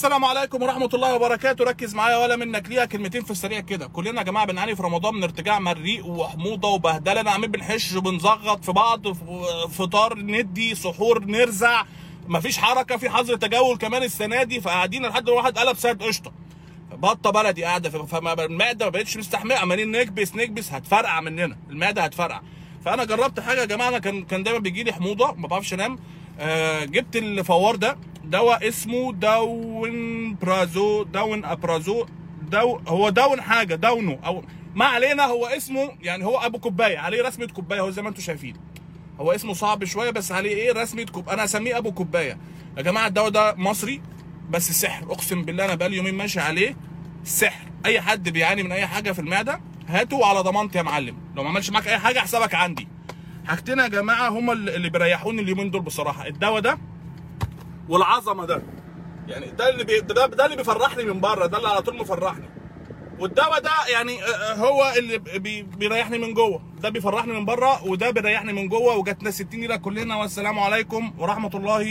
السلام عليكم ورحمة الله وبركاته. ركز معايا ولا منك ليها كلمتين في السريع كده. كلنا يا جماعة بنعاني في رمضان من ارتجاع مريء وحموضة وبهدلة، عاملين بنحش وبنزغط في بعض، فطار ندي، سحور نرزع، مفيش حركة، في حظر تجول كمان السنة دي، فقاعدين لحد ما واحد قلب سيد قشطة، بطة بلدي قاعدة، فالمعدة ما بقتش مستحملة، عمالين نكبس هتفرقع مننا، المعدة هتفرقع. فأنا جربت حاجة يا جماعة، أنا كان دايما بيجي لي حموضة ما بعرفش أنام. جبت الفوار ده، دواء اسمه داون ابرازو، هو داون حاجه داونو او ما علينا، هو اسمه يعني هو ابو كوبايه، عليه رسمه كوبايه، هو زي ما انتم شايفين، هو اسمه صعب شويه بس عليه ايه رسمه انا هسميه ابو كوبايه. يا جماعه الدواء ده مصري بس سحر، اقسم بالله انا بقالي يومين ماشي عليه سحر. اي حد بيعاني من اي حاجه في المعده هاته على ضمانتي يا معلم، لو ما عملش معاك اي حاجه حسابك عندي. حاجتين يا جماعه هما اللي بيريحوني اليومين دول بصراحه، الدواء ده والعظمه ده، يعني ده اللي بيفرحني من بره، ده اللي على طول مفرحني. والدواء ده يعني هو اللي بيريحني من جوه، ده بيفرحني من بره وده بيريحني من جوه. وجاتنا 60 ليله كلنا، والسلام عليكم ورحمه الله